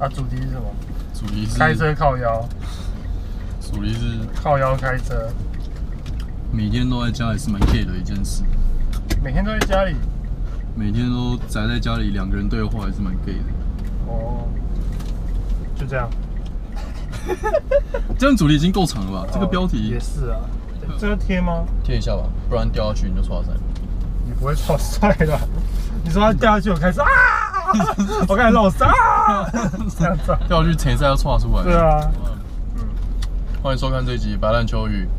啊，主题是什么？ 主题是开车靠腰。 主题是靠腰开车。 每天都在家里是蛮 gay 的一件事。 每天都在家里。 每天都宅在家里，2个人对话还是蛮 gay 的。 哦，就这样。 这样主题已经够长了吧？这个标题也是啊。这个贴吗？ 贴一下吧，不然掉下去你就唰塞。 你不会唰塞的。你说他掉下去，我开始啊，我开始绕塞啊，这样子。 掉下去，前赛要唰出来。 对啊。 欢迎收看这一集《白烂秋雨》。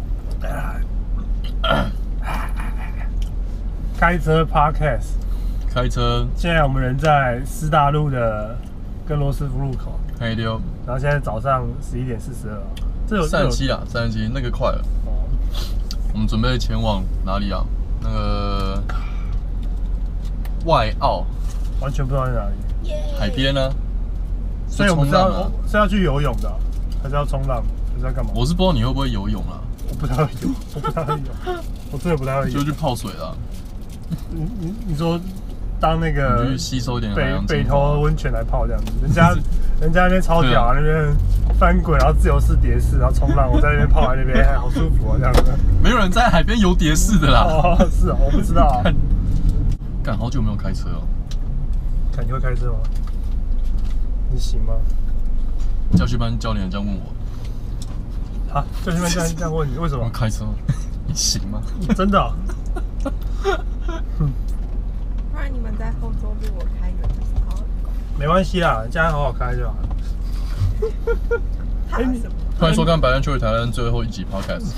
开车 Podcast。 开车。 现在我们人在师大路的跟罗斯福路口。 可以溜。 然后现在早上11:42。这有 37啊，37那个快了。哦。我们准备前往哪里啊？那个外澳。 完全不知道在哪里。 海边呢？ 所以我们是要去游泳的，还是要冲浪，还是要干嘛？ 我是不知道你会不会游泳啦。 我不太会游，我不太会游，我真的不太会游。 就去泡水啦。 你说当那个去吸收一点北投温泉来泡这样子，人家那边超屌啊，那边翻滚，然后自由式蝶式，然后冲浪，我在那边泡在那边，好舒服啊这样子。 没有人在海边游蝶式的啦。 哦，是啊，我不知道啊。 干好久没有开车了。 看你会开车吗？你行吗？ 教训班教练这样问我。 啊，教训班教练这样问你，为什么？ 开车，你行吗？ 真的。 不然你们在后座路我开远的时候。 没关系啦，这样好好开就好了。 突然收看《白烂秋雨》台湾最后一集 Podcast。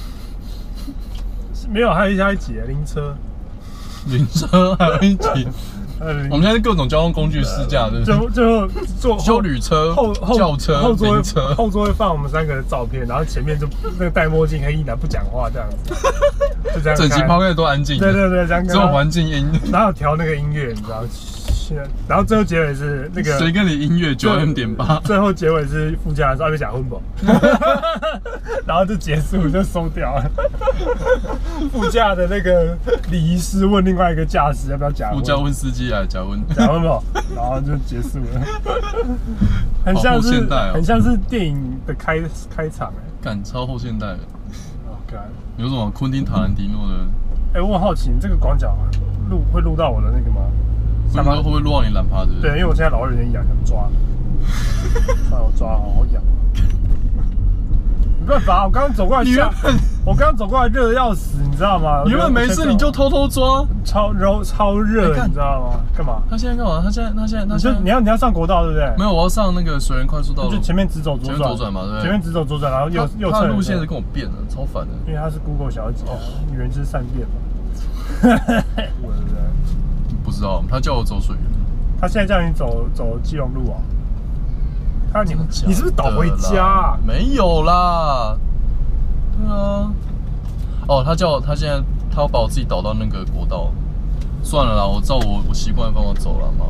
没有，还有下一集灵车。 灵车还有一集。我们现在是各种交通工具试驾，对不对？ 最后坐休旅车、轿车、 后座会放我们3个的照片，然后前面就那个戴墨镜黑衣男不讲话这样子，就这样。整集抛开都安静。 对，这样。 只有环境音， 然后调那个音乐，你知道？然后最后结尾是那个谁跟你音乐9M.8， 最后结尾是副驾的时候被假婚不，然后就结束就收掉了。副驾的那个礼仪师问另外一个驾驶要不要假婚， 副驾问司机来假婚不，然后就结束了。很像是现代， 很像是电影的开场哎， 干超后现代的。 哦干， 有什么昆汀塔兰蒂诺的？ 哎，我很好奇，你这个广角会录到我的那个吗？ 会不会录到你懒趴？对， 因为我现在老二有点痒，想抓。我抓好痒。没办法，我刚刚走过来热得要死，你知道吗？ 原本没事你就偷偷抓， 超热，你知道吗？干嘛？ 他现在干嘛？他现在你要上国道对不对？ 没有，我要上那个水源快速道路。 就前面直走左转嘛，对。 前面直走左转，然后右侧。 路线是跟我变了，超烦的。 因为她是 Google 小姐，女人之善变嘛。我的人。 不知道，他叫我走水源。 他现在叫你走基隆路啊？你是不是倒回家啊？ 没有啦。对啊。哦，他现在要把我自己导到那个国道。算了啦，我照我习惯的方法走了嘛。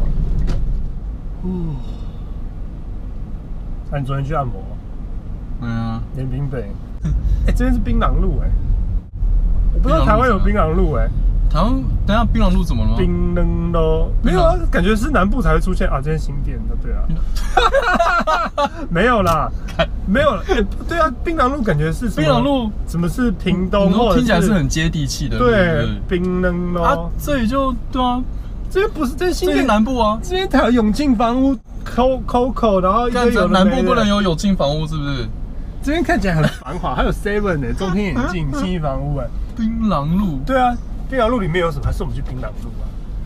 那你昨天去按摩？连滨北。这边是槟榔路我不知道台湾有槟榔路台湾等下槟榔路怎么了吗？ 槟榔路没有啊，感觉是南部才会出现啊。这边新店的，对啊。没有啦，没有了。对啊，槟榔路感觉是槟榔路， 什么是屏东？ 听起来是很接地气的。 对，槟榔路啊，这里就对啊， 这边不是这新店南部啊， 这边才有永庆房屋 ，Coco， 然后南部不能有永庆房屋是不是？ 这边看起来很繁华，还有 Seven 中天眼镜、信义房屋槟榔路， 对啊。槟榔路里面有什么？还是我们去槟榔路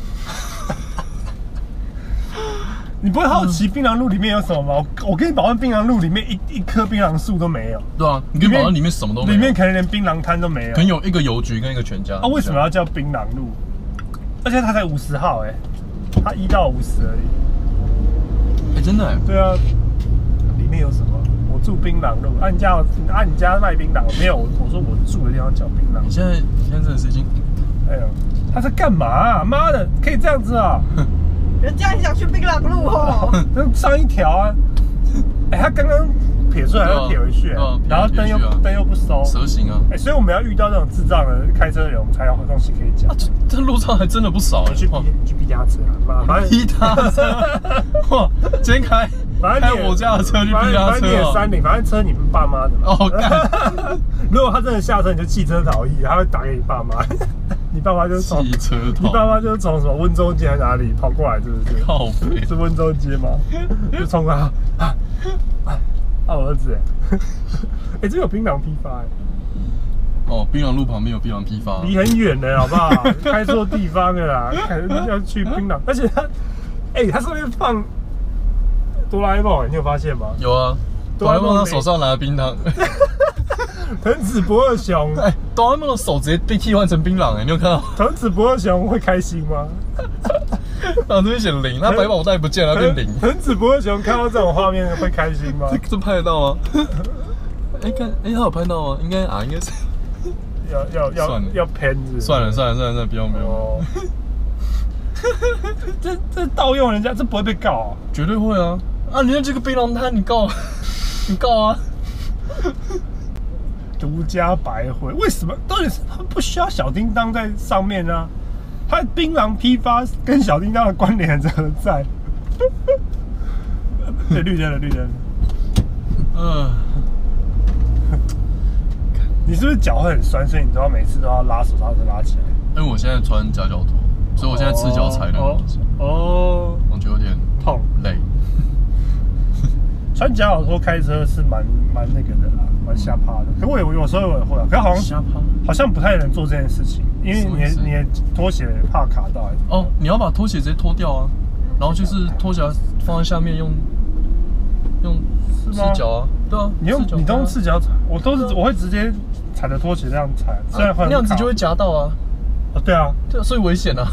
你不会好奇槟榔路里面有什么吗？我跟你保证，槟榔路里面一棵槟榔树都没有。 对啊，你跟你保证里面什么都没有。 里面可能连槟榔摊都没有。 可能有一个邮局跟一个全家。 为什么要叫槟榔路？而且它才50号它1到50而已。 真的对啊。里面有什么？我住槟榔路。你家卖槟榔？没有，我说我住的地方叫槟榔。 你现在真的是已经。 哎呦，他在干嘛妈的，可以这样子啊！ 人家很想去槟榔路那上一条啊！他刚刚撇出来还要撇回去，然后灯又不收， 蛇形啊！ 所以我们要遇到这种智障的开车的人，我们才有东西可以讲。 这路上还真的不少哎。 去逼他车啊！反正逼他车，哇！今天开我家的车去逼他车， 反正你也30，反正车你们爸妈的嘛。 哦，干！ 如果他真的下车，你就弃车逃逸，他会打给你爸妈。你爸妈就是从汽车头， 你爸妈就是从什么温州街还是哪里跑过来，是不是？ 靠北是温州街吗？就冲过来我儿子这有槟榔批发哦，槟榔路旁边有槟榔批发， 离很远的好不好？开错地方了啦，要去槟榔，而且它上面放哆啦 A 梦，你有发现吗？ 有啊，哆啦 A 梦他手上拿的槟榔。 藤子不二雄， 哆啦 A 梦的手直接被替换成槟榔你有看到？ 藤子不二雄会开心吗？ 这边写0，他百宝袋不见了，变0。 藤子不二雄看到这种画面会开心吗？ 这拍得到吗？他有拍到吗？应该是。 要偏子。 算了，不用。 这盗用人家，这不会被告啊？ 绝对会啊！你看这个槟榔摊，你告啊！ 独家白灰，为什么？到底是他们不需要小叮当在上面呢？他槟榔批发跟小叮当的关联何在？绿灯了。你是不是脚会很酸，所以你都要每次都要拉手刹车拉起来？ 因为我现在穿夹脚拖，所以我现在赤脚踩那个东西。我觉得有点痛累。 穿夹脚拖开车是蛮那个的啦，蛮下趴的。可我有时候也会，可是好像不太能做这件事情，因为你的拖鞋怕卡到。 你要把拖鞋直接脱掉啊，然后就是拖鞋放在下面用赤脚啊，对啊， 你都用赤脚踩，我会直接踩着拖鞋这样踩，虽然那样子就会夹到啊。 对啊， 所以危险啊。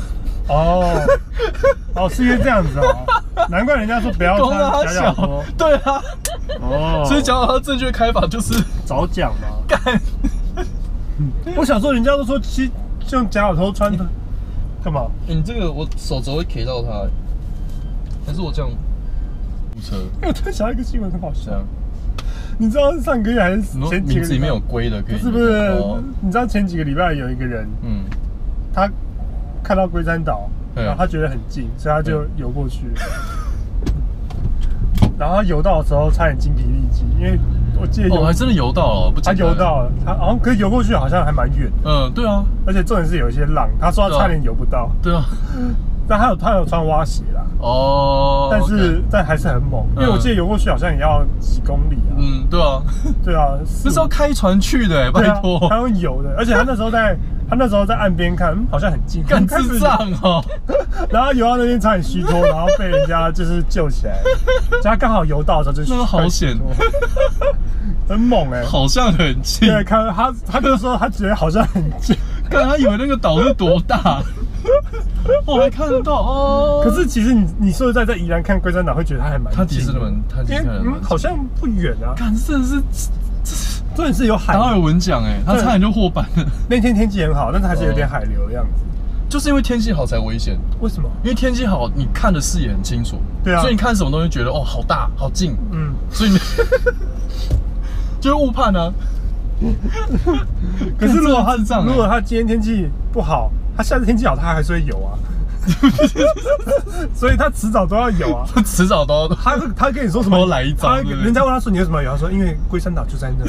是因为这样子难怪人家说不要穿夹脚拖。 对啊，所以夹脚拖正确开法就是早讲嘛。 干， 我想说，人家都说用夹脚拖穿的，干嘛？ 你这个我手肘会 K 到它，还是我这样堵车？ 我突然想到一个新闻，很好笑。你知道上个月还是前几个名字里面有龟的，可以？ 不是，你知道前几个礼拜有一个人，他看到龟山岛，然后他觉得很近，所以他就游过去。然后他游到的时候差点精疲力尽，因为我记得还真的游到了，不？ 他游到了，他好像可是游过去好像还蛮远的。 对啊， 而且重点是有一些浪，他说他差点游不到。 对啊， 但他有穿蛙鞋啦。但还是很猛，因为我记得游过去好像也要几公里啊。 对啊， 对啊， 那是要开船去的，拜托。 他用游的，而且他那时候在岸边看，好像很近， 干智障然后游到那边差点虚脱，然后被人家就是救起来，他刚好游到的时候就那个好险， 很猛好像很近。 对，看他就说他觉得好像很近， 看他以为那个岛是多大。我还看得到可是其实你说在宜兰看龟山岛会觉得它还蛮近的， 它其实好像不远啊。 看真的是， 真的是有海。 达尔文奖他差点就获颁了。 那天天气很好，但是还是有点海流的样子。 就是因为天气好才危险。 为什么？ 因为天气好，你看的视野很清楚。 对啊。 所以你看什么东西觉得好大好近。所以你就会误判啊。 可是如果他今天天气不好，他下次天气好，他还是会游啊。所以他迟早都要游啊， 迟早都要。 他跟你说什么？ 来一招。 人家问他说你为什么游？他说因为龟山岛就在那。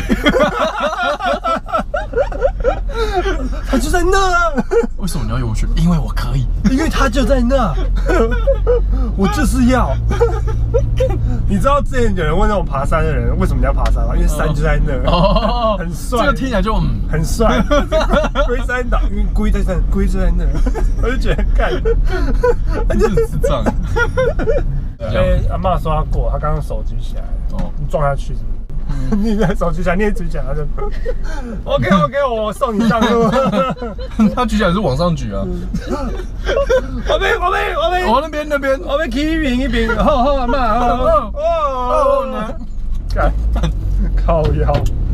他就在那啊！ 为什么你要游过去？因为我可以， 因为他就在那。我就是要。你知道之前有人问那种爬山的人为什么你要爬山吗？因为山就在那，很帅。 这个听起来就很帅。龟山岛，因为龟在那，龟就在那，我就觉得干， 真的是这样。 阿嬷说他过，他刚刚手举起来，你撞下去是不是？你的手举起来，你也举起来，他就 OK， 我送你上路。 他举起来是往上举啊。 我那边，我们一边，好阿嬷，干，靠腰，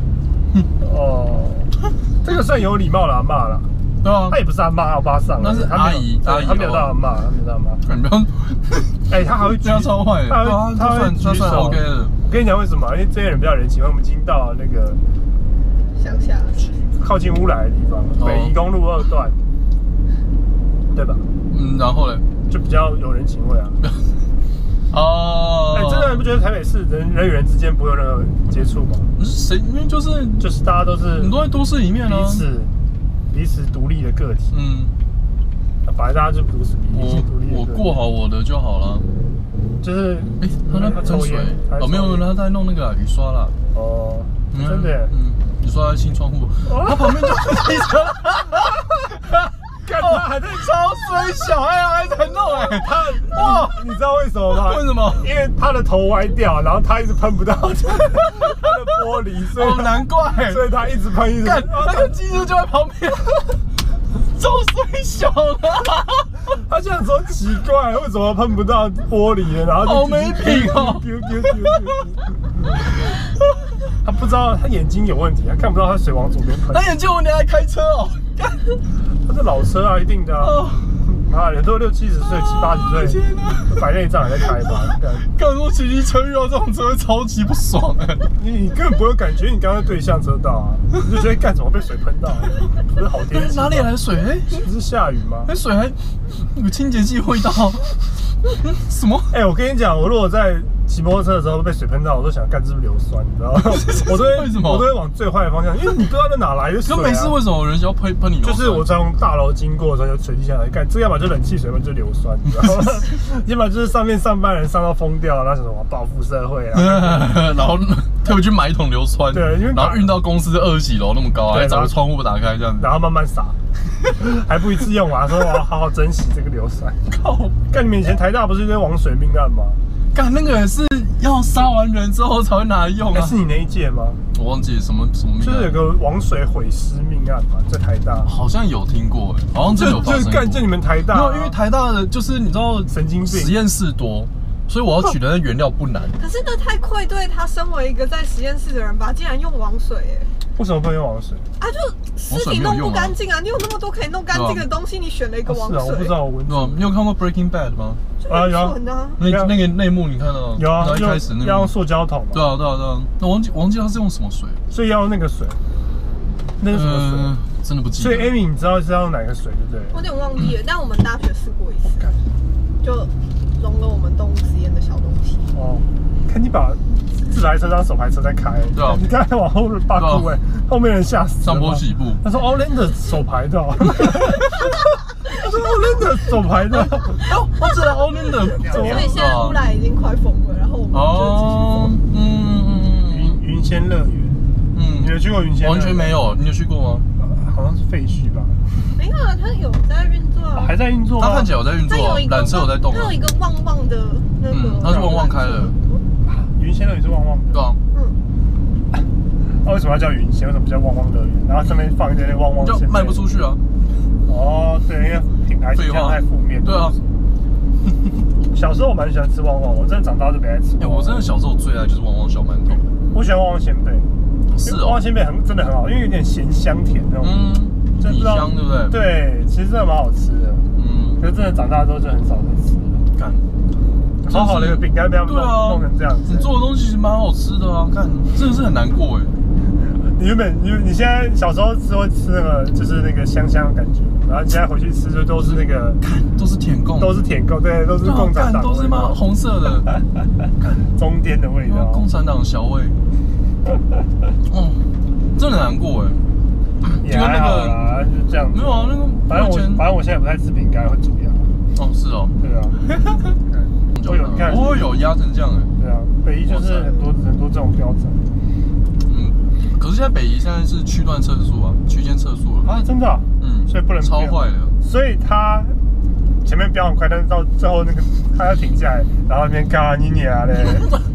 这个算有礼貌的阿嬷了。 对啊， 他也不是阿妈，我把他上了， 那是阿姨， 他没有到阿妈， 你不要， 他还会这样超坏的，他算 OK 的。 跟你讲为什么？因为这些人比较人情味，我们已经到了那个乡下靠近乌来的地方，北宜公路2段，对吧？ 然后嘞， 就比较有人情味啊。 哦， 真的你不觉得台北市人与人之间不会有任何接触吗？ 谁？因为就是大家都是很多在都市里面啊， 彼此独立的个体。本来大家就不是彼此独立的个体。 我过好我的就好了。 就是他在喷水哦，没有，他在弄那个雨刷啦。 哦，真的。 雨刷在清窗户，他旁边就是汽车。 看他还在超衰小，还在弄哇！你知道为什么吗？ 为什么？ 因为他的头歪掉，然后他一直喷不到他的玻璃，所以难怪， 所以他一直喷一直喷。 那个机车就在旁边，超衰小的。 他这样说奇怪，为什么喷不到玻璃呢？然后好没品哦！ 他不知道他眼睛有问题，他看不到他水往左边喷。 他眼睛有问题还开车哦？ 他是老车啊，一定的啊。人都60、70岁、70、80岁，白内障还在开吧？ 干说骑机车遇到这种车会超级不爽哎！ 你根本不会感觉你刚刚对向车道啊，你就觉得干什么被水喷到？不是好天气？ 哪里来的水？ 不是下雨吗？ 那水还有清洁剂味道。什么？ 我跟你讲，我如果在骑摩托车的时候被水喷到，我都想干是不是硫酸，你知道吗？我都会往最坏的方向，因为你不知道那哪来的水。 可每次为什么有人要喷你硫酸？ 就是我从大楼经过的时候，有水滴下来，干这要么就冷气水，要么就硫酸，你知道吗？要么就是上面上班人上到疯掉，然后想说我报复社会啊， 然后特别去买一桶硫酸， 对，因为然后运到公司20几楼那么高，还找个窗户打开这样子， 然后慢慢撒。还不一次用完，说我要好好珍惜这个硫酸。靠！干你们以前台大不是一堆王水命案吗？ 干那个也是要杀完人之后才会拿来用啊。 是你那一届吗？ 我忘记什么命案。 就是有个王水毁尸命案嘛，在台大。 好像有听过好像真的有发生过。 就你们台大。 没有，因为台大的就是你知道神经病实验室多。所以我要取得的原料不难， 可是那太愧对他身为一个在实验室的人吧，竟然用王水为什么不能用王水？ 就尸体弄不干净啊！你有那么多可以弄干净的东西，你选了一个王水。 我不知道， 你有看过 Breaking Bad 吗？ 有那个内幕你看到？ 有啊， 一开始那个要用塑胶桶。 对啊。那忘记他是用什么水， 所以要用那个水。那是什么水？ 真的不记得。 所以 Amy， 你知道是要用哪个水，对不对？ 我有点忘记了，但我们大学试过一次，就融了我们动物实验的小东西。 看你把自来车当手排车在开， 对啊， 你刚才往后发哭后面人吓死。 上坡起步， 他说 Outlander 手排的，他说 Outlander 手排的， 我知道 Outlander。 所以现在乌来已经快疯了，然后我们就继续云仙乐园，你有去过云仙？ 完全没有，你有去过吗？ 好像是废墟吧？ 没有啊，它有在运作啊， 还在运作。 它看起来有在运作啊，缆车有在动啊。 它有一个旺旺的那个， 它是旺旺开的。 云仙乐园是旺旺的。 对啊。 那为什么要叫云仙？为什么不叫旺旺乐园？然后上面放一堆旺旺仙？ 卖不出去啊。 对，因为品牌形象太负面。 对啊。 小时候我蛮喜欢吃旺旺，我真的长大就没爱吃。 我真的小时候最爱就是旺旺小馒头。 我喜欢旺旺仙贝。 是哦， 旺旺仙贝真的很好，因为有点咸香甜那种。 米香对不对？ 对，其实真的蛮好吃的。可是真的长大之后就很少再吃了。 干， 好好的一个饼干被他们弄成这样子。 你做的东西其实蛮好吃的啊，干，真的是很难过你现在小时候会吃那个就是那个香香的感觉，然后你现在回去吃就都是那个， 都是舔共， 对，都是共产党， 都是妈红色的， 中间的味道， 共产党小味。真的难过也还好啦，就这样。 没有啊，那个反正我现在不太吃饼干，会蛀牙。 是哦。 对啊。你看， 有压成这样对啊，北宜就是很多这种标准。 可是现在北宜现在是区段测速啊，区间测速了啊，真的。所以不能超坏的。 所以他前面飙很快，但是到最后那个他要停下来，然后那边嘎你娘嘞，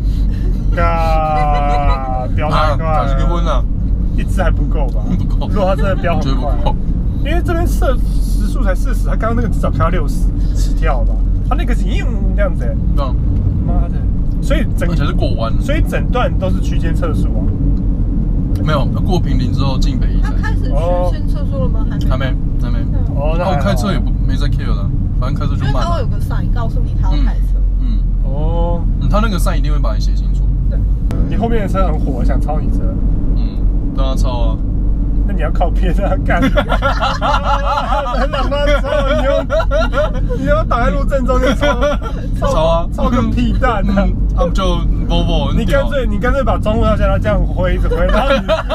嘎飙太快了。 结婚了。 一次还不够吧？ 不够。 如果他真的飙很快，因为这边时速才40，他刚刚那个至少开到60起跳吧？他那个是这样子对啊。 妈的！所以而且是过弯， 所以整段都是区间测速啊。 没有，过平林之后进北宜。 他开始区间测速了吗？ 还没。那我开车也没在 care 了，反正开车就慢。 因为他会有个 sign 告诉你他要开车。 他那个 sign 一定会把你写清楚。 对。 你后面的车很火，想超你车， 让他超啊。 那你要靠边啊，干！很让他超，你要挡在路正中间超啊， 超个屁蛋啊！ 他们就 Volvo， 你干脆把中路要叫他这样挥，一直挥，然后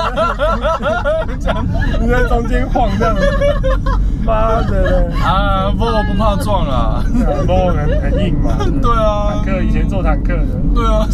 你在中间晃这样子，妈的！ 啊 ，Volvo 不怕撞啦 ，Volvo 很硬嘛。 对啊， 坦克以前做坦克的。 对啊。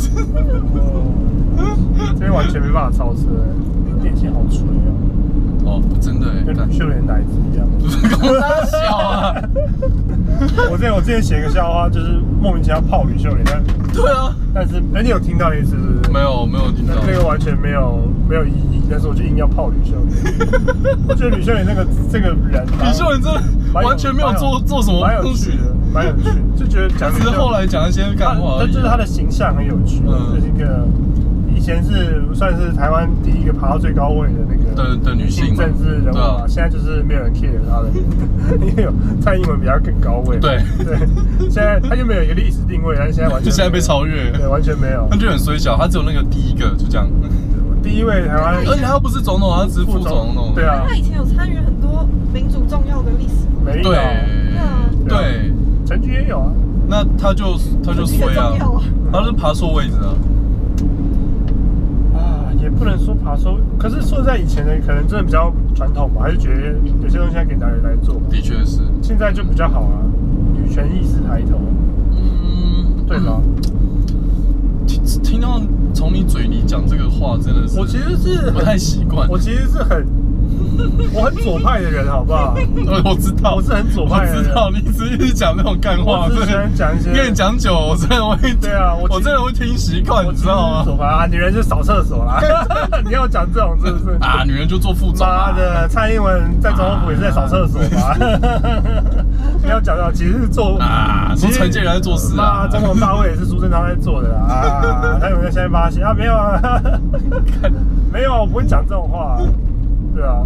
这边完全没办法超车，电线好吹哦。 哦，真的哎， 跟秀莲奶子一样。 公大小啊！ 我之前写个笑话，就是莫名其妙泡吕秀莲， 对啊， 但是你有听到一次是不是？ 没有听到， 那个完全没有意义，但是我就硬要泡吕秀莲。我觉得吕秀莲这个人， 吕秀莲真的完全没有做什么东西， 蛮有趣的，就觉得讲。 只是后来讲一些干话而已。 就是他的形象很有趣，就是一个。以前是算是台湾第一个爬到最高位的那个的女性政治人物嘛，现在就是没有人 care 她的，因为有蔡英文比她更高位。对，现在她就没有一个历史定位，但是现在完全现在被超越， 对，完全没有。 她就很衰小，她只有那个第一个，就这样。 第一位台湾， 而且她不是总统，她只是副总统。 对啊，她以前有参与很多民主重要的历史。 没有。 对， 陈菊也有啊。 那她就衰啊，她是爬错位置啊。 也不能说爬说，可是说在以前的可能真的比较传统吧，还是觉得有些东西要给男人来做。 的确是， 现在就比较好啊，女权意识抬头。对吧？ 听到从你嘴里讲这个话，真的是我其实是不太习惯。 我其实是我很左派的人，好不好？ 我知道， 我是很左派的人。 我知道，你只是讲那种干话， 我只喜欢讲一些。 跟你讲久，我真的会。对啊，我真的会听习惯，你知道吗？ 左派啊，女人就扫厕所啦。你要讲这种是不是？ 啊，女人就做副总。 妈的，蔡英文在总统府也是在扫厕所嘛。不要讲到，其实是做啊，其实陈建仁在做事啊。 总统大会也是苏贞昌在做的啊。他有没有现在发现啊？没有啊，没有啊，我不会讲这种话。对啊。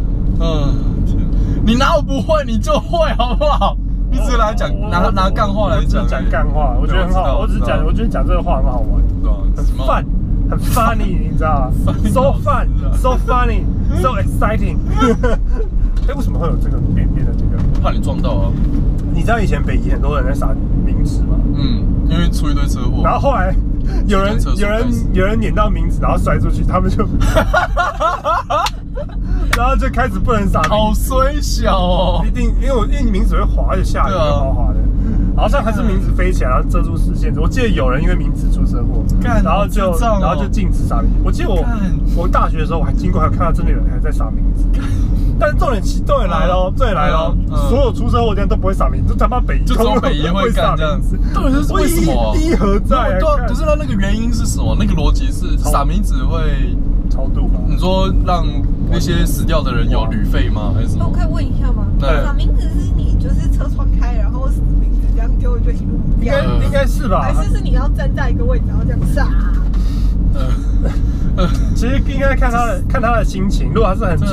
你哪有不会，你就会，好不好？一直来讲，拿干话来讲， 讲干话，我觉得很好。我觉得讲这个话很好玩，很 funny， 你知道吗 ？So fun, so funny, so exciting。为什么会有这个边边的这个？ 怕你撞到啊！ 你知道以前北宜很多人在撒名纸吗？ 因为出一堆车祸。 然后后来有人碾到名纸，然后摔出去，他们就。然后就开始不能撒名字， 好衰小哦！ 一定，因为你名字会滑，而且下雨会滑滑的。好像还是名字飞起来，然后遮住视线。我记得有人因为名字出车祸，然后就禁止撒名字。我记得我大学的时候我还经过，还看到真的有人还在撒名字。但是重点来了，所有出车祸的人都不会撒名字，就他妈北宜， 就只有北宜会干这样子。到底是为什么？ 意义何在？ 对，可是它那个原因是什么？那个逻辑是撒名字会超度吧？ 你说让那些死掉的人有旅费吗？还是什么？ 我可以问一下吗？撒名字是你就是车窗开，然后名字这样丢就一路掉？ 应该是吧？ 还是你要站在一个位置，然后这样撒？ 其实应该看他的心情。如果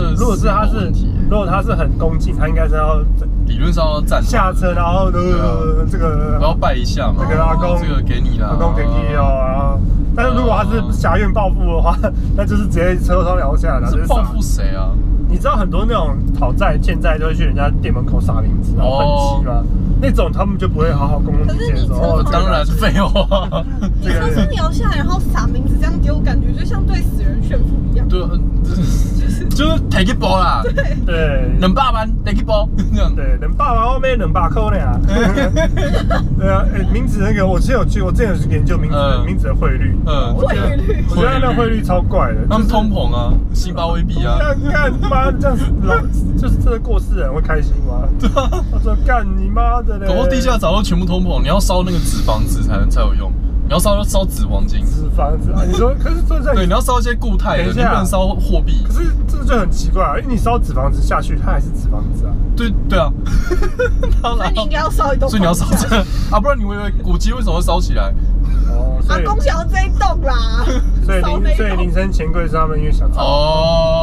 他是很恭敬，他应该是要理论上要站下车，然后这个我要拜一下嘛。 这个阿公， 这个给你啦， 阿公给你哦。但是如果他是狭怨报复的话，那就是直接车窗摇下来。 是报复谁啊？ 你知道很多那种讨债欠债都会去人家店门口撒名字，然后喷漆吗？那种他们就不会好好公共体检的时候。 当然是废话。 你车窗摇下来，然后撒名字这样丢，感觉就像对死人炫富一样。 对，就是take 一波啦。 对 200万 take 一波这样。 对，200万后面200块呢。对啊，名字那个我之前有去研究名字的汇率。我觉得那汇率超怪的。 他们通膨啊，辛巴威币啊。 干妈这样子，就是这个过世人会开心吗？对啊。他说干你妈的嘞！ 搞到地下早就全部通膨，你要烧那个纸房子才有用。你要烧纸黄金， 纸房子啊！你说，可是这在对，你要烧一些固态的，你不能烧货币。 可是这就很奇怪啊，因为你烧纸房子下去，它还是纸房子啊。 对啊， 所以你应该要烧一栋， 所以你要烧这个啊，不然你以为古迹为什么会烧起来？ 哦， 阿公想要这一栋啦。 所以铃声钱柜是他们因为想唱。 哦，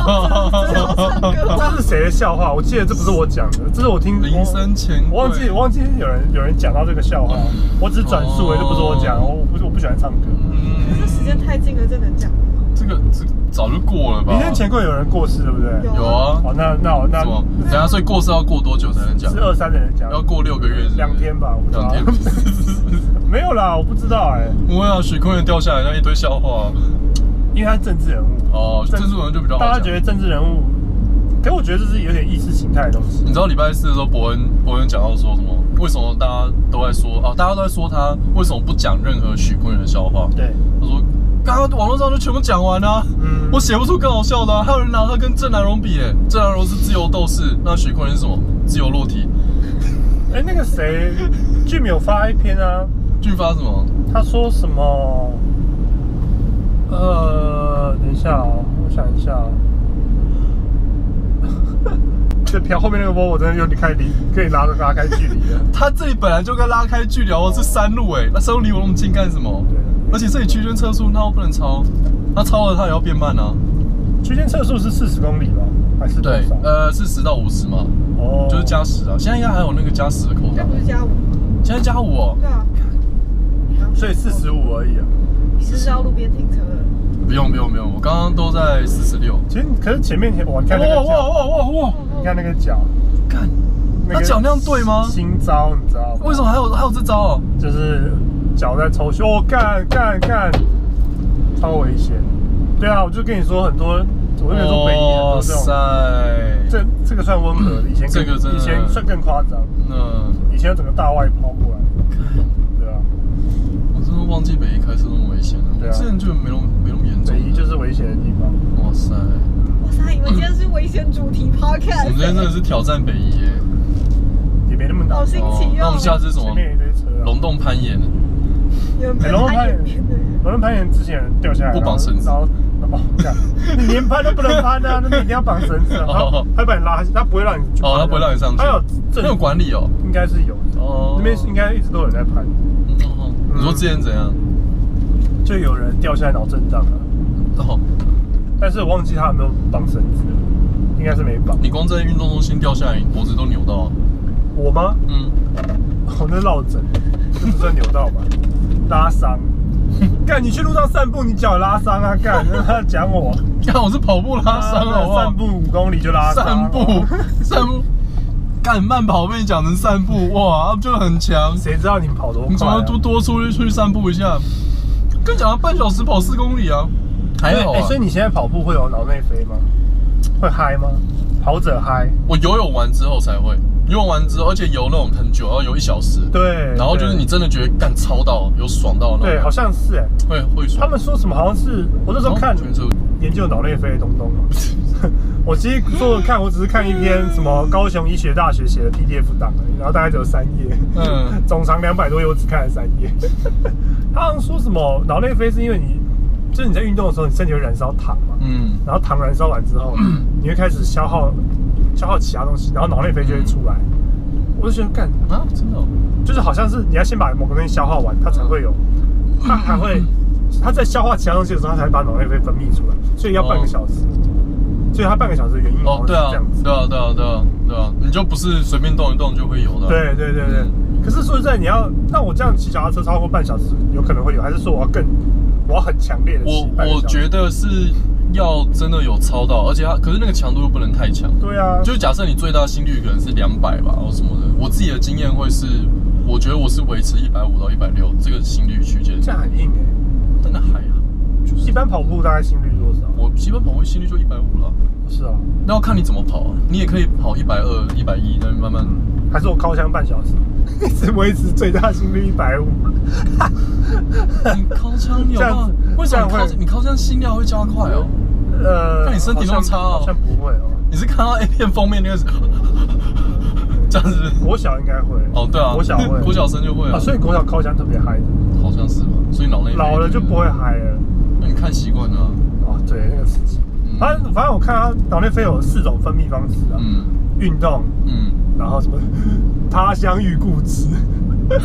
这是谁的笑话？我记得这不是我讲的，这是我听铃声钱柜。 我忘记有人讲到这个笑话，我只是转述，这不是我讲，我不喜欢唱歌。 可是时间太近了，这能讲吗？ 这早就过了吧？ 铃声钱柜有人过世，对不对？ 有啊。 好，那等下，所以过世要过多久才能讲？ 是23的人讲， 要过6个月 ，2天吧？我不知道。 2天。 没有啦，我不知道哎。 不会啊，许坤元掉下来那一堆笑话。 因为他是政治人物哦，政治人物就比较好讲。 大家觉得政治人物，可我觉得这是有点意识形态的东西。 你知道礼拜4的时候，伯恩讲到说什么？为什么大家都在说大家都在说他为什么不讲任何许坤元的笑话？ 对， 他说刚刚网络上就全部讲完啊，我写不出更好笑的啊。还有人拿他跟郑南榕比，郑南榕是自由斗士，那许坤元是什么？自由落体。 那个谁，俊有发一篇啊。 俊发什么？ 他说什么？等一下我想一下这票后面那个波，我真的有点可以拉开距离了。 他这里本来就该拉开距离，是山路那山路离我那么近干什么？而且这里区间测速，那我不能超，那超了它也要变慢啊。 区间测速是40公里吗？还是多少？ 对，是10到50嘛。哦，就是加10啊。现在应该还有那个加10的扣打。 这不是加5吗？ 现在加5哦。 对啊。 所以45而已啊。 你是要路边停车了？ 不用，我刚刚都在46。 其实可是前面我看那个脚，你看那个脚， 看，他脚那样对吗？ 新招你知道吗？ 为什么还有这招啊？ 就是脚在抽血，干，超危险。对啊，我就跟你说很多，我跟你说北宜很多这种，这个算温和的，以前算更夸张。以前有整个大外抛过来，对啊。 我真的忘记北宜开车那么危险了。对啊，之前就没那么严重。 北宜就是危险的地方。 哇塞！ 你们今天是危险主题 podcast。 我们今天真的是挑战北宜耶， 也没那么难。 好新奇哦。 那我们下次是什么？ 前面一堆车。 龙洞攀岩。 龙洞攀岩之前掉下来， 不绑绳子。 你连攀都不能攀啊！那你一定要绑绳子啊！他把你拉，他不会让你他不会让你上去。他有管理哦， 应该是有的。那边应该一直都有人在攀。 你说之前怎样？ 就有人掉下来脑震荡了。但是我忘记他有没有绑绳子，应该是没绑。 你光在运动中心掉下来，你脖子都扭到。 我吗？我那落枕，这不算扭到吧？拉伤。干，你去路上散步，你脚拉伤啊？干，他讲我， 干我是跑步拉伤好不好？ 散步5公里就拉伤。 散步，干慢跑被你讲成散步，哇，就很强。 谁知道你跑多快？ 你怎么多出去散步一下？跟你讲，半小时跑4公里啊，还好啊。 所以你现在跑步会有脑内飞吗？会嗨吗？跑者嗨？我游泳完之后才会。游泳完之后，而且游那种很久，要游1小时。 对。然后就是你真的觉得干超到，有爽到那种。 对，好像是会爽。 他们说什么？好像是我那时候看研究脑内飞的东嘛。我其实我只是看一篇什么高雄医学大学写的 PDF 档而已，然后大概只有3页，总长200多页，我只看了3页。他好像说什么脑内飞是因为就是你在运动的时候，你身体会燃烧糖嘛，然后糖燃烧完之后，你会开始消耗其他东西，然后脑内啡就会出来。我就觉得干啊，真的，就是好像是你要先把某个东西消耗完，它才会有，它在消化其他东西的时候，它才会把脑内啡分泌出来，所以要半个小时。所以它半个小时的原因是这样子。对啊，你就不是随便动一动就会有的。 对。可是说实在，那我这样骑脚踏车超过半小时，有可能会有，还是说我要很强烈的骑？ 我觉得是要真的有超到，而且可是那个强度又不能太强。 对啊， 就是假设你最大心率可能是200吧，或什么的。我自己的经验会是，我觉得我是维持150到160这个心率区间。 这样很硬真的还好。 一般跑步大概心率多少？ 我一般跑步心率就150了。 是啊， 那要看你怎么跑啊。你也可以跑120、110，那慢慢。 还是我靠枪半小时，一直维持最大心率150。 你靠枪你有吗？为什么你靠枪心跳会加快哦？那你身体那么差哦？ 好像不会哦。 你是看到 A 片封面那个这样子？ 国小应该会。 哦，对啊，国小生就会啊。 所以国小靠枪特别嗨。 好像是吧？所以脑内老了就不会嗨了。 那你看习惯了。 哦，对，那个刺激。反正我看他脑内啡有4种分泌方式啊。运动。然后什么他乡遇故知。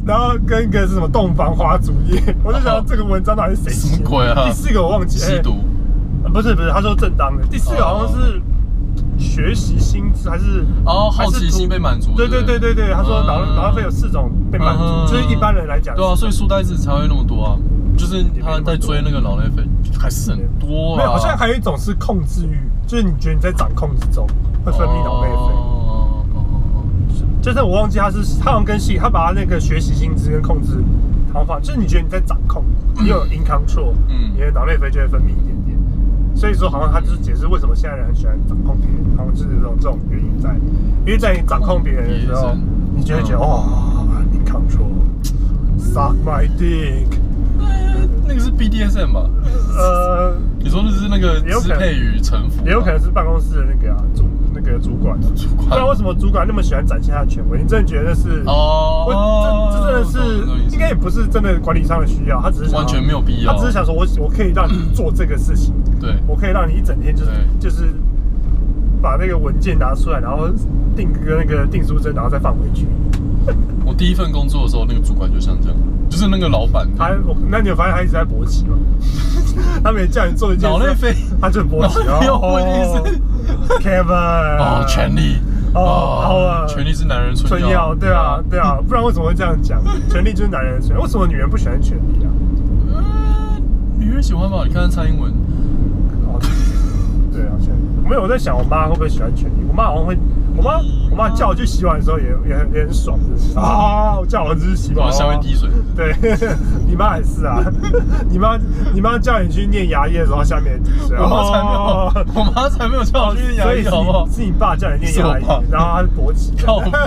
然后跟一个是什么洞房花烛夜，我就想这个文章到底是谁写？ 什么鬼啊？ 第4个我忘记， 吸毒。 不是，他说正当的。第4个好像是学习心智还是好奇心被满足。 对，他说脑内啡有4种被满足，就是一般人来讲。 对啊，所以书呆子才会那么多啊，就是他在追那个脑内啡还是很多啊。 没有，好像还有一种是控制欲，就是你觉得你在掌控之中会分泌脑内啡。就是我忘记他好像跟他把他那个学习心智跟控制好像就是你觉得你在掌控，你有 in control， 你的脑内啡就会分泌一点点。所以说，好像他就是解释为什么现在人很喜欢掌控别人，好像就是这种原因在。因为在你掌控别人的时候，你就会觉得in control，suck my dick。 那个是 BDSM 吧？你说的是那个支配与臣服， 也有可能是办公室的那个主管。不知道为什么主管那么喜欢展现他的权威？你真的觉得是？这真的是应该也不是真的管理上的需要，他只是完全没有必要。 他只是想说我可以让你做这个事情， 对， 我可以让你一整天就是把那个文件拿出来，然后订个那个订书针，然后再放回去。 我第一份工作的时候，那个主管就像这样，就是那个老板。 那你有发现他一直在勃起吗？他每叫你做一件事， 脑内啡， 他就勃起。 问题是 Kevin， 权力， 好了， 权力是男人春药， 对啊，不然为什么会这样讲？权力就是男人的春药，为什么女人不喜欢权力啊？ 女人喜欢吧？你看蔡英文。 对啊，没有，我在想我妈会不会喜欢权力？我妈好像会。我妈叫我去洗碗的时候也很爽，就是我叫我去洗碗， 下面滴水。 对，你妈也是啊，你妈叫你去念牙医的时候，下面滴水。 我妈才没有叫我去念牙医，好不好？ 是你爸叫你念牙医，然后他勃起。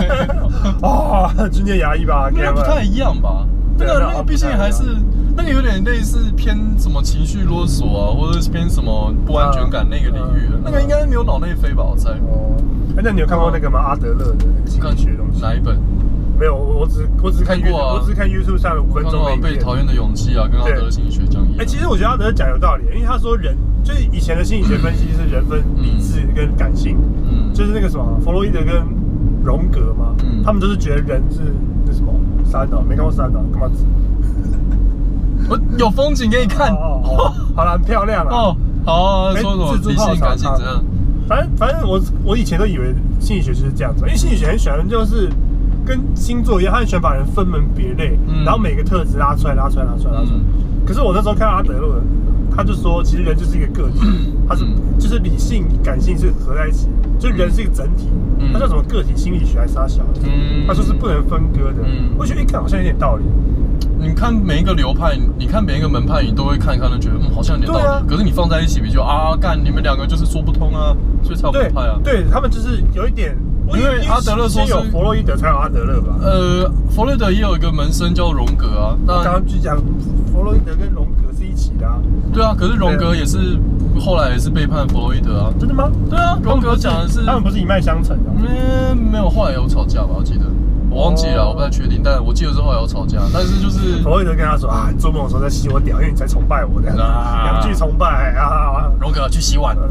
去念牙医吧， 那不太一样吧？那个毕竟还是那个有点类似偏什么情绪勒索啊，或者是偏什么不安全感那个领域的，那个应该没有脑内啡吧？我猜。 那你有看过那个吗？阿德勒的那个心理学东西？ 哪一本？ 没有，我只看过啊，我只看 YouTube 上的5分钟的影片。 被讨厌的勇气啊，跟阿德勒心理学讲义。 其实我觉得阿德勒讲有道理，因为他说人就是以前的心理学分析是人分理智跟感性，就是那个什么弗洛伊德跟荣格嘛，他们都是觉得人是那什么三岛，没看过三岛，干嘛指？ 我有风景给你看。 好了，很漂亮啊。 好啊，说什么理性感性怎样？ 反正我以前都以为心理学就是这样子，因为心理学很喜欢就是跟星座一样，他很喜欢把人分门别类，然后每个特质拉出来。可是我那时候看阿德勒，他就说其实人就是一个个体，他是就是理性感性是合在一起，就人是一个整体。他叫什么个体心理学还是啥小的？他说是不能分割的。我觉得看好像有点道理。 你看每一个流派，你看每一个门派，你都会看一看，就觉得好像有点道理。可是你放在一起，比就干你们2个就是说不通啊，所以才有门派啊。 对他们就是有一点， 因为阿德勒说先有弗洛伊德才有阿德勒吧？ 弗洛伊德也有一个门生叫荣格啊。 刚刚就讲弗洛伊德跟荣格是一起的啊。 对啊，可是荣格也是后来也是背叛弗洛伊德啊。 真的吗？ 对啊，荣格讲的是他们不是一脉相承的。 没有，后来有吵架吧？我记得。我忘记了，我不太确定，但我记得之后有吵架，但是就是弗洛伊德跟他说你做梦的时候在吸我屌，因为你才崇拜我的2句崇拜啊。 荣格去洗碗。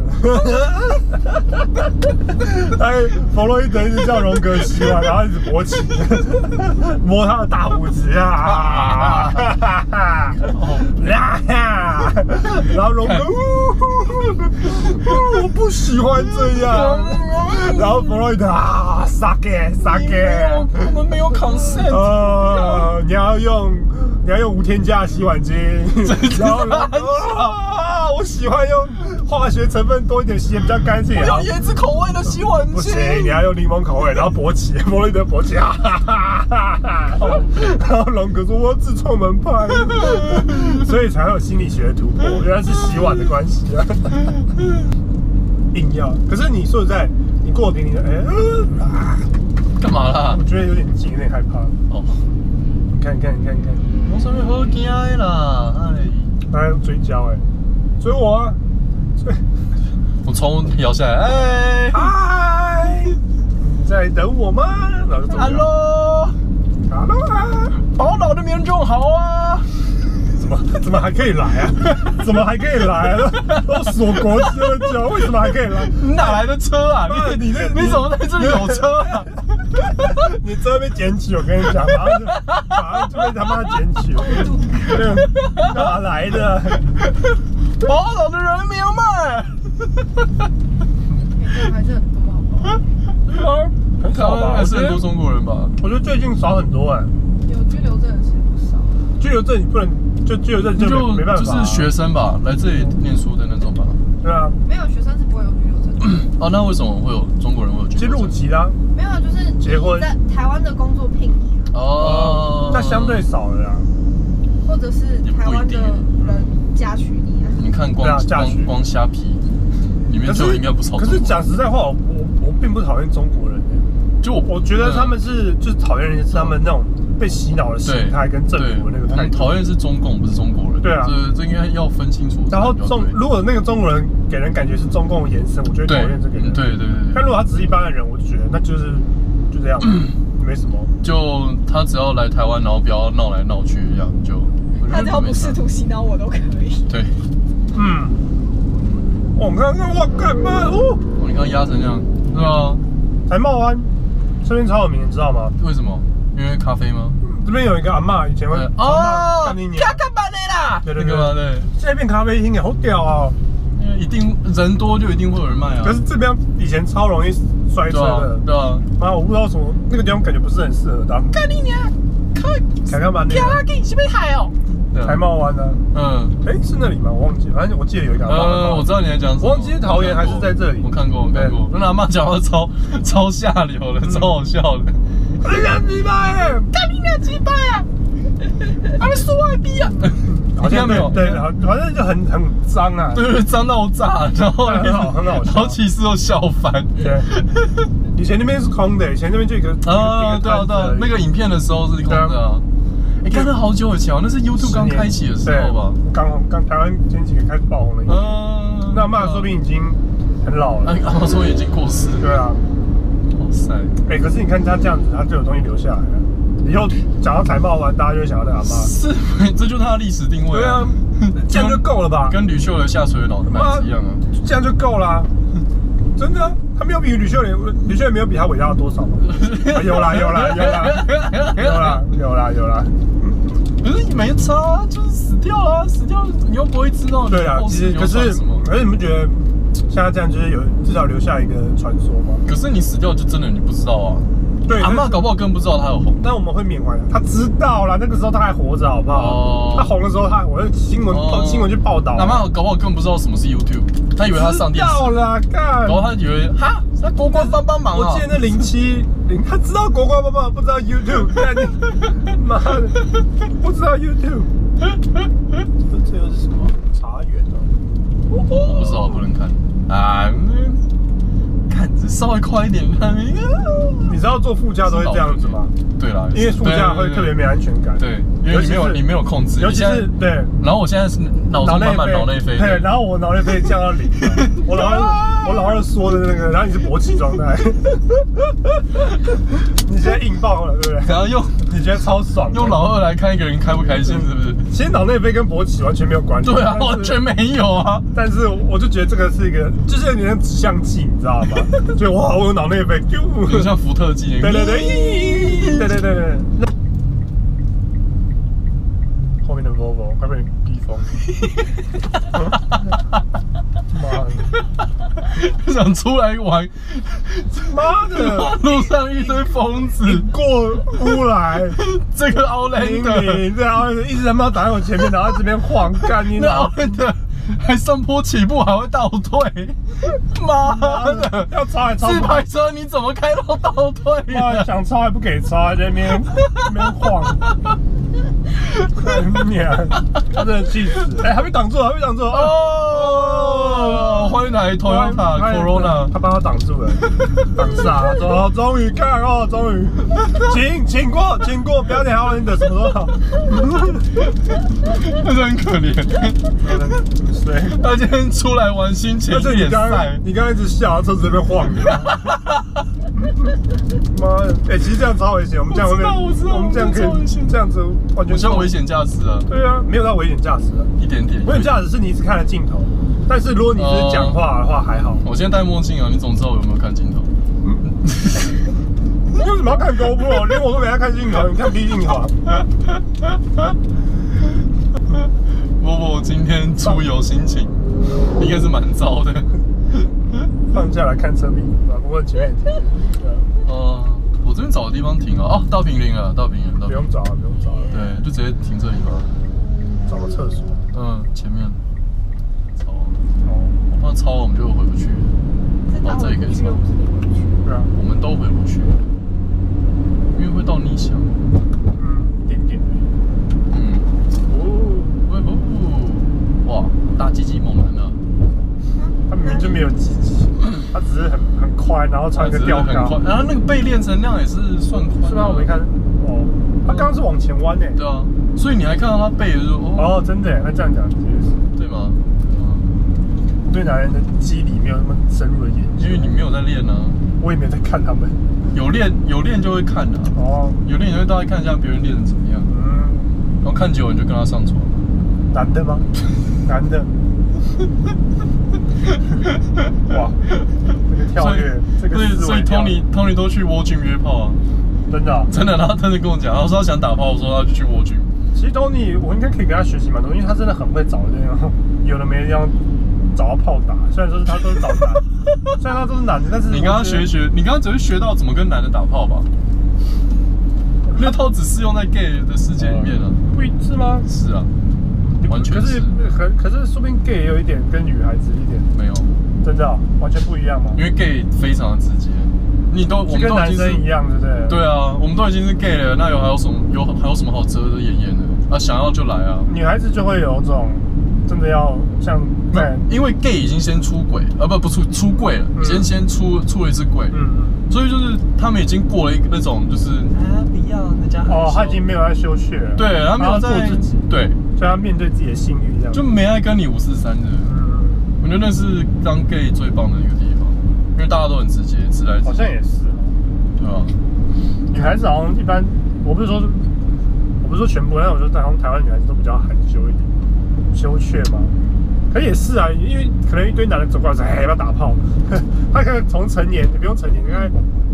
弗洛伊德一直叫荣格洗碗，然后一直勃起，摸他的大胡子啊，然后荣格我不喜欢这样，然后弗洛伊德suck it。 我们没有 consent。 你要用无添加洗碗精，然后我喜欢用化学成分多一点，洗也比较干净。 我要椰子口味的洗碗精。 不行，你要用柠檬口味，然后勃起，弗洛伊德勃起，然后荣格说我自创门派，所以才会有心理学的突破，原来是洗碗的关系啊。硬要，可是你说实在，你过评你的干嘛啦？ 我觉得有点近，有点害怕。看， 我上面好惊的啦！ 他在追焦追我啊！ 我窗户摇下来， 嗨，你在等我吗？然后就走。 Hello 啊！宝岛的民众好啊！ 怎么还可以来啊？怎么还可以来啊？都锁国这么久，为什么还可以来？ 你哪来的车啊？你怎么在这里有车啊？ 你车被捡起，我跟你讲，马上就被他妈捡起，哪来的？ 宝岛的人民们， 还是很多，好不好？ 很少吧？ 还是很多中国人吧？ 我觉得最近少很多哎。 有居留证的是不少。 居留证你不能就居留证就没办法， 就是学生吧，来这里念书的那种吧。 对啊， 没有学生是不会有居留证的。 哦，那为什么会有中国人会有居留证？ 其实入籍啦， 没有，就是结婚在台湾的工作聘礼哦， 那相对少了啦。 或者是台湾的人嫁娶你啊。 你看光虾皮里面就应该不少。 可是讲实在话，我并不讨厌中国人，就我觉得他们就是讨厌人是他们那种被洗脑的心态跟政府的那个态度。 讨厌是中共，不是中国人。 对啊， 这应该要分清楚。 然后如果那个中国人给人感觉是中共的延伸，我就会讨厌这个人。 对。 但如果他只是一般的人，我就觉得那就这样，没什么。就他只要来台湾，然后不要闹来闹去一样，就他只要不试图洗脑我都可以。 对， 我刚刚我干嘛？哦， 你刚刚压成这样，对啊。 台茂湾这边超有名，你知道吗？ 为什么？因为咖啡吗？ 这边有一个阿嬷，以前会干你娘，干嘛的啦？对， 现在变咖啡厅也好屌啊！ 一定人多就一定会有人卖啊。 可是这边以前超容易摔车的，对啊。妈，我不知道什么那个地方感觉不是很适合当。干你娘！开干嘛呢？ 给你是不是海哦？ 台茂湾呢？是那里吗？我忘记，反正我记得有一个。 我知道你在讲什么。 我忘记是桃园还是在这里。 我看过。那阿嬷讲话超下流的，超好笑的。 你娘鸡巴耶！ 干你娘鸡巴呀！他们说外逼啊！ 好像没有。对，反正就很脏啊。 对，脏到炸，然后很好笑。 然后骑士都笑翻。 对。以前那边是空的，以前那边就一个。对啊，那个影片的时候是空的啊。看了好久以前，那是 YouTube 刚开启的时候吧？ 刚台湾前几年开始爆红的。那阿嬷说不定已经很老了。 阿嬷说已经过世了。 对啊。 哇塞！ 可是你看他这样子，他就有东西留下来了。以后讲到台茂湾，大家就会想到那阿嬷。是， 这就是他的历史定位。 对啊，这样就够了吧？ 跟吕秀莲下垂的脑袋一样啊。 这样就够啦。真的，他没有比吕秀莲没有比他伟大多少吗？有啦。 可是没差，就是死掉了，你又不会知道。 对啊，其实可是你们觉得像他这样就是至少留下一个传说吗？ 可是你死掉就真的你不知道啊。对，阿嬷搞不好根本不知道他有红。 但我们会缅怀他，知道啦，那个时候他还活着，好不好？他红的时候我新闻去报道。阿嬷搞不好根本不知道什么是 YouTube， 他以为他上电视。知道啦，干。 然后他以为他国光帮忙啊。 我记得那07，他知道国光帮忙，不知道 YouTube。妈的，不知道 YouTube。这又是什么？茶园哦。 我不知道，不能看啊。看，稍微快一点看。 你知道坐副驾都会这样子吗？ 对啦， 因为副驾会特别没安全感。 对，因为你没有控制， 尤其是对。 然后我现在是脑内啡， 对，然后我脑内啡降到0，我老二说的那个，然后你是勃起状态，你现在硬爆了，对不对？ 然后你觉得超爽， 用老二来看一个人开不开心，是不是？ 其实脑内啡跟勃起完全没有关系。 对啊，完全没有啊。 但是我就觉得这个是一个，就是有点指向剂，你知道吗？就哇，我有脑内啡， 有像福特剂。 对。后面的 Volvo 快被逼疯。妈的！ 想出来玩， 妈的！ 路上一堆疯子过乌来， 这个奥莱的， 这奥莱的一直他妈挡在我前面，然后在这边晃，干你老的！还上坡起步还会倒退，妈的！ 要超还超不自排车你怎么开到倒退？ 妈想超还不给超，在那边晃，娘！他真的气死！还被挡住了， 哦！换一台 Toyota Corona， 他帮他挡住了，挡煞，终于看哦，终于，请过，不要点好，你等什么都好。 真的很可怜。 对， 他今天出来玩心情有点晒。 你刚刚一直笑，车子在那边晃。妈的！其实这样超危险，我们这样会被，我们这样可以这样子完全像危险驾驶啊。 对啊，没有到危险驾驶啊， 一点点。 危险驾驶是你只看了镜头，但是如果你只是讲话的话还好。 我现在戴墨镜啊，你总知道我有没有看镜头？ 你为什么么要看 GoPro？ 连我都没在看镜头，你看 B 镜头。 我今天出游心情应该是蛮糟的。 放假来看车评，不过前面也停。 我这边找个地方停啊。哦，到平林了，到平林。 不用找了，不用找了。 对，就直接停这里吧。 找个厕所。 前面。超。我怕超我们就回不去。这里可以超。 对啊， 我们都回不去，因为会到逆向。 一点点。 哇，大鸡鸡猛男啊！ 他明明就没有鸡鸡，他只是很快，然后穿个吊嘎， 然后那个背练成那样也是算宽， 是吗？我没看。他刚刚是往前弯诶。 对啊，所以你还看到他背的时候， 真的，那这样讲其实是对吗？ 对男人的肌理没有那么深入的研究， 因为你没有在练啊。 我也没有在看他们。 有练就会看的。有练就会大概看一下别人练的怎么样。然后看久了你就跟他上床。 男的吗？男的。哇，这个跳跃，这个所以 Tony 都去窝军约炮啊。 真的。 真的，然后他就跟我讲，他说他想打炮，我说他就去窝军。 其实 Tony 我应该可以跟他学习蛮多，因为他真的很会找这样有的没的地方找到炮打。虽然说他都是找男，虽然他都是男的，但是你跟他学，你刚刚只会学到怎么跟男的打炮吧？那套只适用在 gay 的世界里面啊。 不是吗？ 是啊，完全是。 可是说不定 gay 也有一点跟女孩子一点没有， 真的完全不一样吗？ 因为 gay 非常的直接，我们跟男生一样，对不对？ 对啊，我们都已经是 gay 了，那还有什么好遮遮掩掩的？啊，想要就来啊！ 女孩子就会有种真的要像因为 gay 已经先出轨，不出柜了，先出了一次柜，所以就是他们已经过了一个那种就是不要人家他已经没有在羞怯了， 对，他没有在做自己， 对， 所以他面对自己的性欲这样， 就没爱跟你543的。我觉得那是当 gay 最棒的一个地方，因为大家都很直接，直来直去。 好像也是， 对啊。 女孩子好像一般，我不是说全部，但我觉得好像台湾女孩子都比较害羞一点，羞怯嘛。可也是啊，因为可能一堆男人走过来说，要不要打炮？他可能从成年，你不用成年，你看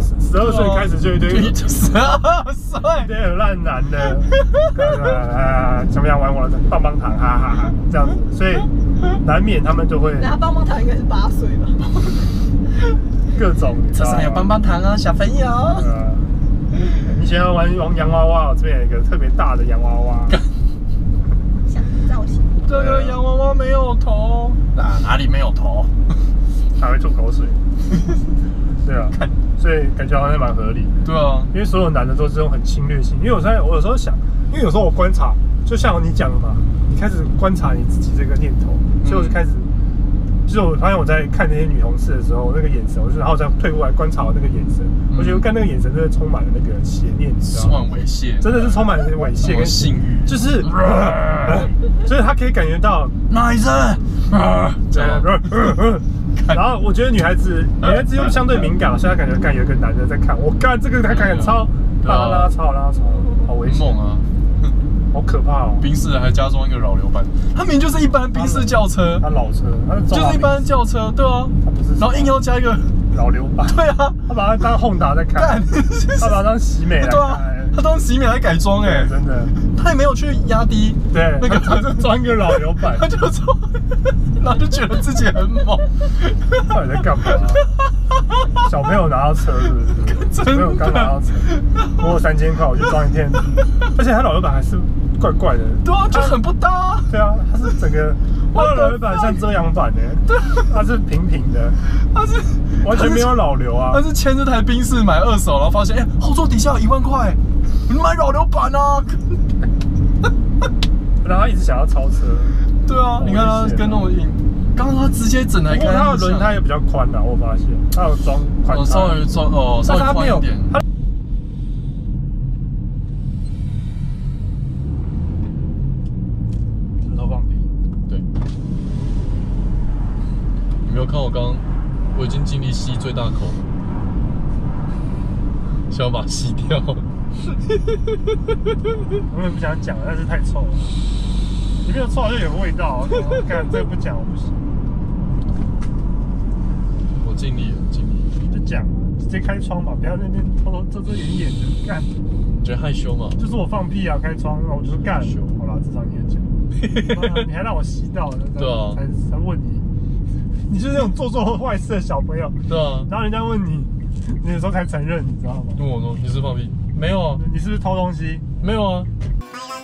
12岁开始就一堆 12岁， 一堆很烂男的，想不想玩我的棒棒糖？哈哈哈，这样子，所以难免他们就会。 那棒棒糖应该是8岁吧？ 各种， 车上有棒棒糖啊，小朋友。 你喜欢玩洋娃娃？我这边有一个特别大的洋娃娃。 想造型。 这个洋娃娃没有头，哪里没有头？ 还会吐口水。对啊，所以感觉好像蛮合理的。 对啊，因为所有男的都是这种很侵略性。因为我有时候想，因为有时候我观察，就像你讲的嘛，你开始观察你自己这个念头，所以我就开始。就是我发现我在看那些女同事的时候，那个眼神，然后再退过来观察我那个眼神，我觉得看那个眼神真的充满了那个邪念， 充满猥亵， 真的是充满了猥亵跟性欲， 就是，所以他可以感觉到男生， 然后我觉得女孩子又相对敏感，所以她感觉有一个男的在看我，干这个他敢超，拉超，好危险啊！好可怕哦！ 宾士还加装一个扰流板，它明明就是一般宾士轿车， 它老车， 就是一般轿车，对啊，它不是，然后硬要加一个扰流板， 对啊， 他把它当Honda在看，他把它当喜美来看， 对啊，他当喜美来改装哎， 真的， 他也没有去压低， 对，那个他就装一个扰流板， 他就装，然后就觉得自己很猛， 到底在干嘛？小朋友拿到车是不是？小朋友刚拿到车，我有3000块，我去装一天，而且他扰流板还是。怪怪的， 对啊，就很不搭。 对啊，它是整个，它的扰流板像遮阳板的，对，它是平的，它是完全没有扰流啊。 它是牵这台宾士买2手，然后发现，后座底下有1万块，你买扰流板啊？ 然后他一直想要超车。 对啊，你看他跟那种刚刚他直接整台开， 他的轮胎也比较宽的，我发现他有装宽胎， 稍微宽一点。你没有看我已经尽力吸最大口，想要把它吸掉。 我也不想讲，但是太臭了。里面的臭好像有味道，干这个不讲我不行。 我尽力了， 就讲， 接开窗嘛，不要在那边偷偷遮遮掩掩的干。 觉得害羞嘛？ 就是我放屁啊，开窗，然后我就说干。好啦，至少你也讲，你还让我吸到， 对啊， 才问你，你就是那种做坏事的小朋友。 对啊， 然后人家问你，你有时候才承认，你知道吗？ 问我说你是放屁？没有啊。 你是不是偷东西？ 没有啊。